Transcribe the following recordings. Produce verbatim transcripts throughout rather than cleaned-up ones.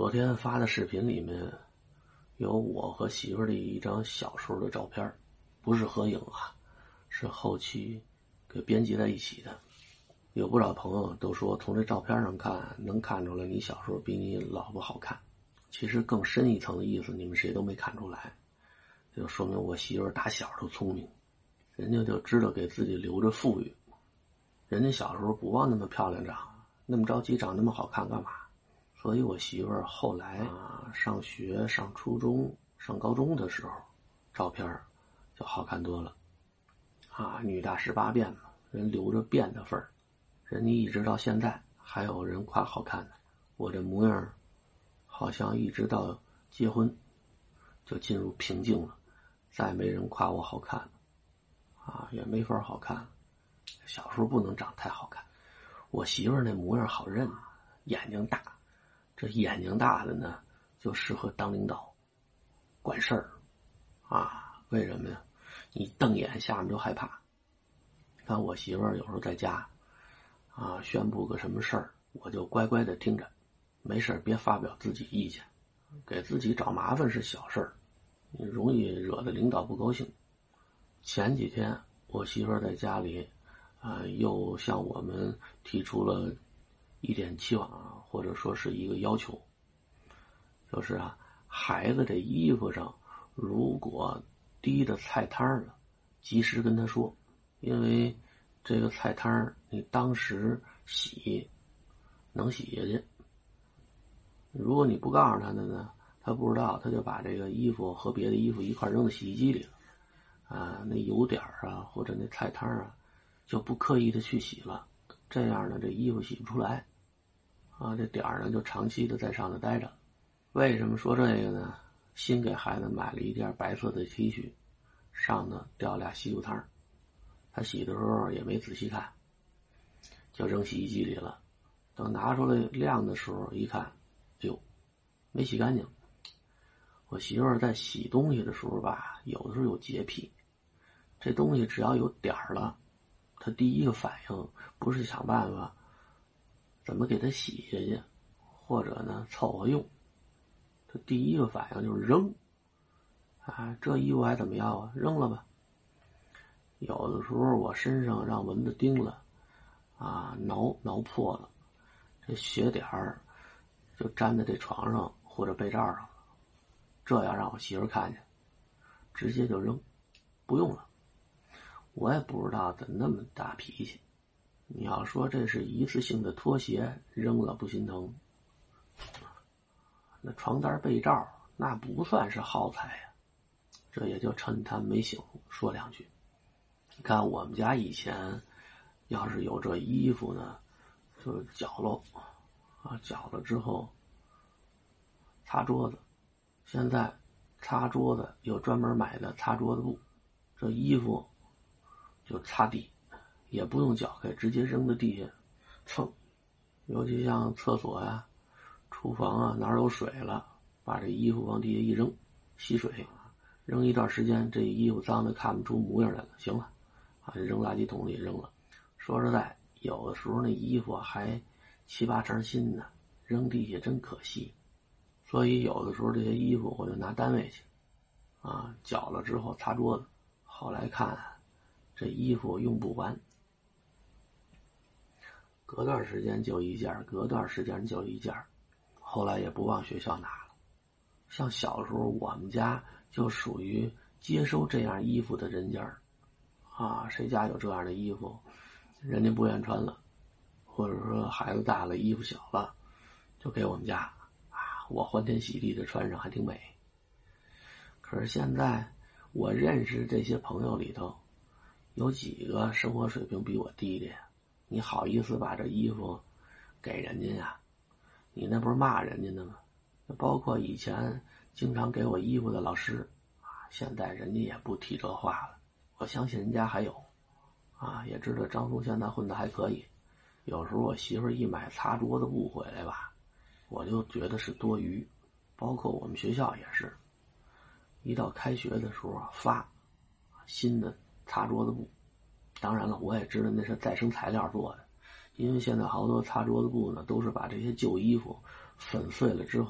昨天发的视频里面有我和媳妇儿的一张小时候的照片，不是合影啊，是后期给编辑在一起的。有不少朋友都说从这照片上看能看出来你小时候比你老婆好看，其实更深一层的意思你们谁都没看出来，就说明我媳妇儿打小就聪明，人家就知道给自己留着富裕。人家小时候不往那么漂亮长，那么着急长那么好看干嘛？所以我媳妇儿后来啊上学上初中上高中的时候照片就好看多了啊，女大十八变嘛，人留着变的份儿，人家一直到现在还有人夸好看的。我这模样好像一直到结婚就进入瓶颈了，再没人夸我好看了啊，也没法好看了。小时候不能长太好看，我媳妇儿那模样好认，眼睛大，这眼睛大的呢就适合当领导管事儿啊。为什么呀？你瞪眼下面就害怕。看我媳妇儿有时候在家啊宣布个什么事儿，我就乖乖的听着，没事别发表自己意见，给自己找麻烦是小事儿，你容易惹得领导不高兴。前几天我媳妇儿在家里啊、呃，又向我们提出了一点期望啊，或者说是一个要求，就是啊，孩子这衣服上如果滴的菜汤了，及时跟他说，因为这个菜汤你当时洗能洗下去，如果你不告诉他的呢，他不知道，他就把这个衣服和别的衣服一块扔到洗衣机里了啊，那油点啊或者那菜汤啊就不刻意的去洗了，这样呢这衣服洗不出来啊，这点儿呢就长期的在上头待着。为什么说这个呢？新给孩子买了一件白色的 T 恤，上头掉俩吸油汤，他洗的时候也没仔细看，就扔洗衣机里了。等拿出来晾的时候一看，哎呦，没洗干净。我媳妇儿在洗东西的时候吧，有的时候有洁癖，这东西只要有点儿了，她第一个反应不是想办法怎么给它洗下去，或者呢凑合用，他第一个反应就是扔啊，这衣服还怎么样啊，扔了吧。有的时候我身上让蚊子叮了啊，挠挠破了，这血点儿就粘在这床上或者被罩上了，这要让我媳妇看见直接就扔，不用了。我也不知道怎么那么大脾气，你要说这是一次性的拖鞋扔了不心疼，那床单被罩那不算是耗材呀，这也就趁他没醒说两句。你看我们家以前要是有这衣服呢，就绞喽啊，绞了之后擦桌子，现在擦桌子有专门买的擦桌子布，这衣服就擦地，也不用搅开，直接扔到地下蹭。尤其像厕所呀、啊、厨房啊，哪儿有水了，把这衣服往地下一扔，吸水，扔一段时间，这衣服脏的看不出模样来了，行了啊，扔垃圾桶里扔了。说实在，有的时候那衣服还七八成新的，扔地下真可惜。所以有的时候这些衣服我就拿单位去啊，搅了之后擦桌子。后来看这衣服用不完，隔段时间就一件，隔段时间就一件，后来也不往学校拿了。像小时候我们家就属于接收这样衣服的人家啊，谁家有这样的衣服，人家不愿穿了，或者说孩子大了衣服小了，就给我们家啊，我欢天喜地的穿上还挺美。可是现在我认识这些朋友里头有几个生活水平比我低的呀？你好意思把这衣服给人家呀？你那不是骂人家呢吗？包括以前经常给我衣服的老师啊，现在人家也不提这话了。我相信人家还有啊，也知道张松现在混得还可以。有时候我媳妇儿一买擦桌子布回来吧，我就觉得是多余。包括我们学校也是，一到开学的时候发新的擦桌子布，当然了，我也知道那是再生材料做的，因为现在好多擦桌子布呢，都是把这些旧衣服粉碎了之后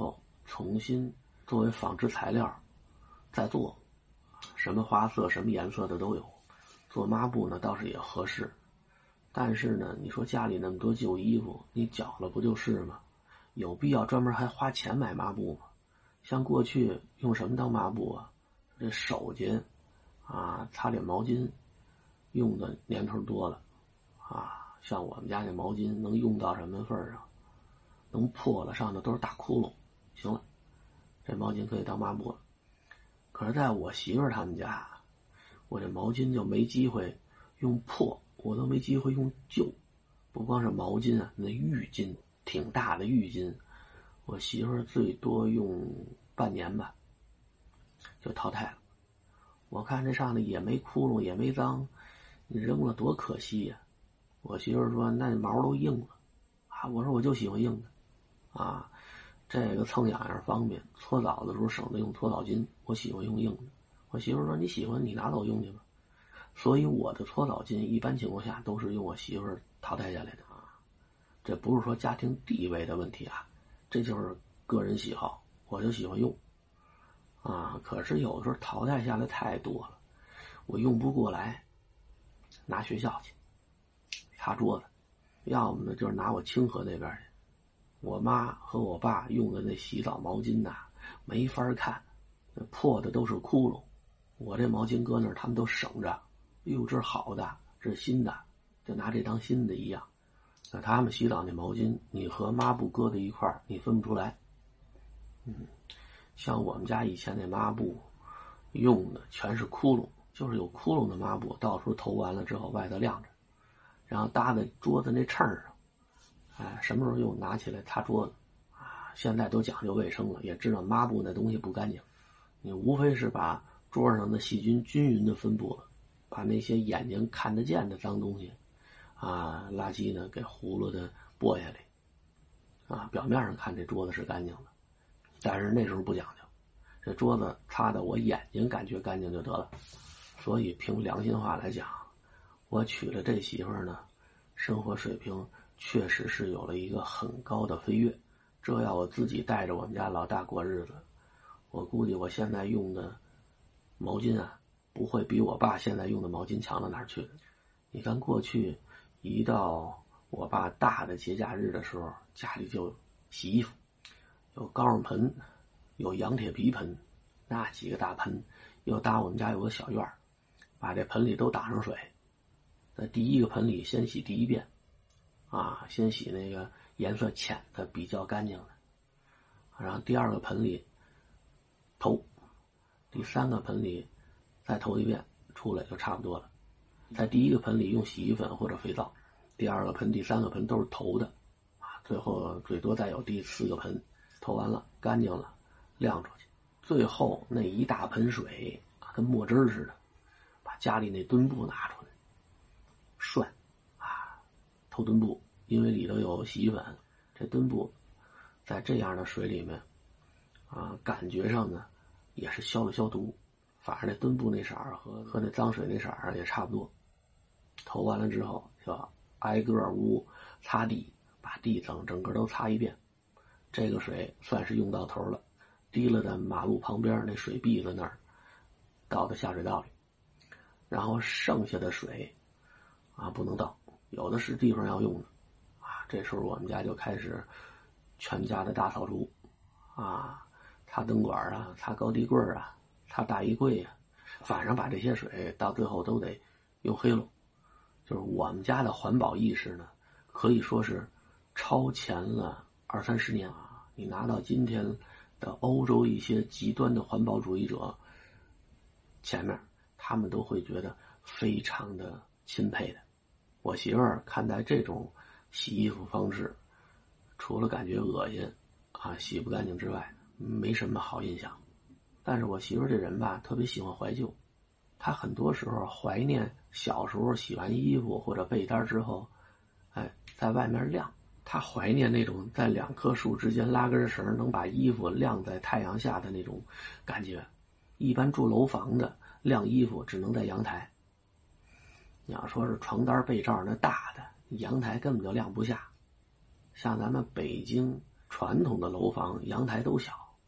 重新作为纺织材料再做，什么花色什么颜色的都有。做抹布呢倒是也合适，但是呢你说家里那么多旧衣服你绞了不就是吗？有必要专门还花钱买抹布吗？像过去用什么当抹布啊？这手巾啊，擦脸毛巾用的年头多了啊，像我们家那毛巾能用到什么份儿上？能破了，上头都是大窟窿。行了，这毛巾可以当抹布了。可是在我媳妇儿他们家，我这毛巾就没机会用破，我都没机会用旧。不光是毛巾啊，那浴巾挺大的浴巾，我媳妇儿最多用半年吧，就淘汰了。我看这上头也没窟窿也没脏，你扔了多可惜呀、啊！我媳妇儿说那毛都硬了啊，我说我就喜欢硬的啊，这个蹭痒痒方便，搓澡的时候省得用搓澡巾，我喜欢用硬的。我媳妇儿说你喜欢你拿走用去吧。所以我的搓澡巾一般情况下都是用我媳妇儿淘汰下来的啊，这不是说家庭地位的问题啊，这就是个人喜好，我就喜欢用啊。可是有的时候淘汰下来太多了，我用不过来，拿学校去擦桌子，要么呢就是拿我清河那边去。我妈和我爸用的那洗澡毛巾呐、啊，没法看，破的都是窟窿。我这毛巾搁那儿，他们都省着。哟，这是好的，这是新的，就拿这当新的一样。那他们洗澡那毛巾，你和抹布搁在一块儿，你分不出来。嗯，像我们家以前那抹布，用的全是窟窿，就是有窟窿的抹布，到时候投完了之后外头晾着，然后搭在桌子那秤上。哎，什么时候用拿起来擦桌子啊？现在都讲究卫生了，也知道抹布那东西不干净，你无非是把桌上的细菌均匀的分布了，把那些眼睛看得见的脏东西啊垃圾呢给葫芦的拨下来啊，表面上看这桌子是干净的，但是那时候不讲究，这桌子擦的我眼睛感觉干净就得了。所以凭良心话来讲，我娶了这媳妇儿呢，生活水平确实是有了一个很高的飞跃。这要我自己带着我们家老大过日子，我估计我现在用的毛巾啊，不会比我爸现在用的毛巾强到哪儿去的。你看过去一到我爸大的节假日的时候，家里就洗衣服，有钢上盆，有羊铁皮盆，那几个大盆，又搭我们家有个小院儿，把这盆里都打上水，在第一个盆里先洗第一遍啊，先洗那个颜色浅的比较干净的，然后第二个盆里投，第三个盆里再投一遍，出来就差不多了。在第一个盆里用洗衣粉或者肥皂，第二个盆第三个盆都是投的啊，最后最多再有第四个盆，投完了干净了晾出去，最后那一大盆水啊跟墨汁似的，把家里那墩布拿出来涮啊，投墩布，因为里头有洗衣粉，这墩布在这样的水里面啊，感觉上呢也是消了消毒，反正那墩布那色儿和和那脏水那色儿也差不多。投完了之后就挨个屋擦地，把地整整个都擦一遍，这个水算是用到头了，滴了在马路旁边那水篦子那儿，倒到下水道里，然后剩下的水啊不能倒，有的是地方要用的啊。这时候我们家就开始全家的大扫除啊，擦灯管啊，擦高低柜啊，擦大衣柜啊，反正把这些水到最后都得用黑了。就是我们家的环保意识呢，可以说是超前了二三十年啊！你拿到今天的欧洲一些极端的环保主义者前面，他们都会觉得非常的钦佩的。我媳妇儿看待这种洗衣服方式，除了感觉恶心啊，洗不干净之外，没什么好印象。但是我媳妇儿这人吧，特别喜欢怀旧。他很多时候怀念小时候洗完衣服或者被单之后，哎，在外面晾。他怀念那种在两棵树之间拉根绳能把衣服晾在太阳下的那种感觉。一般住楼房的晾衣服只能在阳台。你要说是床单被罩那大的，阳台根本就晾不下。像咱们北京传统的楼房，阳台都小，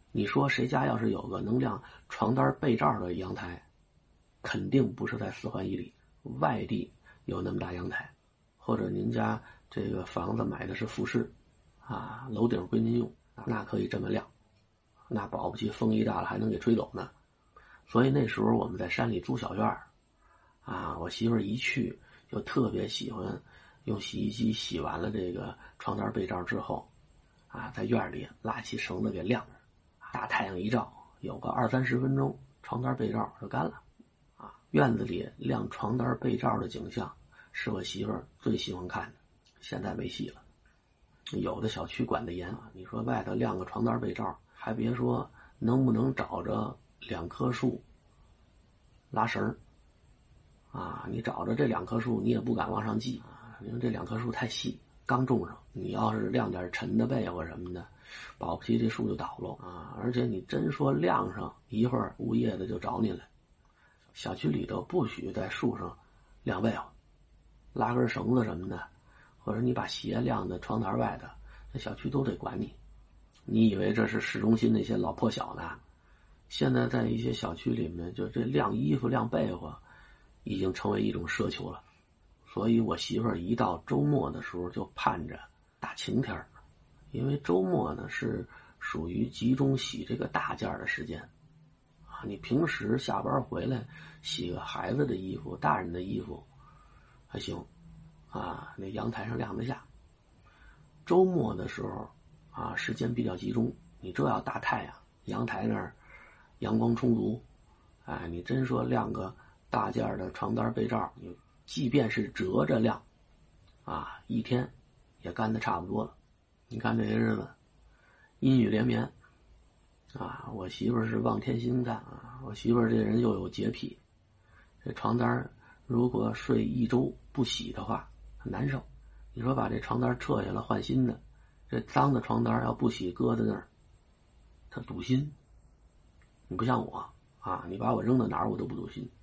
你说谁家要是有个能晾床单被罩的阳台，肯定不是在四环以里，外地有那么大阳台，或者您家这个房子买的是复式啊，楼顶归您用，那可以这么晾，那保不齐风一大了还能给吹走呢。所以那时候我们在山里租小院儿啊，我媳妇儿一去就特别喜欢用洗衣机洗完了这个床单被罩之后啊，在院里拉起绳子给晾着，大太阳一照，有个二三十分钟，床单被罩就干了啊。院子里晾床单被罩的景象是我媳妇儿最喜欢看的，现在没戏了。有的小区管得严啊，你说外头晾个床单被罩，还别说能不能找着两棵树拉绳啊，你找着这两棵树你也不敢往上系啊，因为这两棵树太细，刚种上，你要是晾点沉的被或什么的，保不齐这树就倒了啊。而且你真说晾上一会儿，物业的就找你来。小区里头不许在树上晾被子，拉根绳子什么的，或者你把鞋晾在窗台外头，这小区都得管你。你以为这是市中心那些老破小呢？现在在一些小区里面，就这晾衣服晾被子已经成为一种奢求了。所以我媳妇儿一到周末的时候就盼着大晴天，因为周末呢是属于集中洗这个大件的时间啊。你平时下班回来洗个孩子的衣服、大人的衣服还行啊，那阳台上晾得下。周末的时候啊，时间比较集中，你这要大太阳，阳台那儿阳光充足，哎，你真说晾个大件的床单被罩，你即便是折着晾啊，一天也干得差不多了。你看这些日子阴雨连绵啊，我媳妇儿是望天兴干啊，我媳妇儿这人又有洁癖，这床单如果睡一周不洗的话很难受。你说把这床单撤下来换新的，这脏的床单要不洗搁在那儿，它堵心。你不像我啊，你把我扔到哪儿我都不堵心。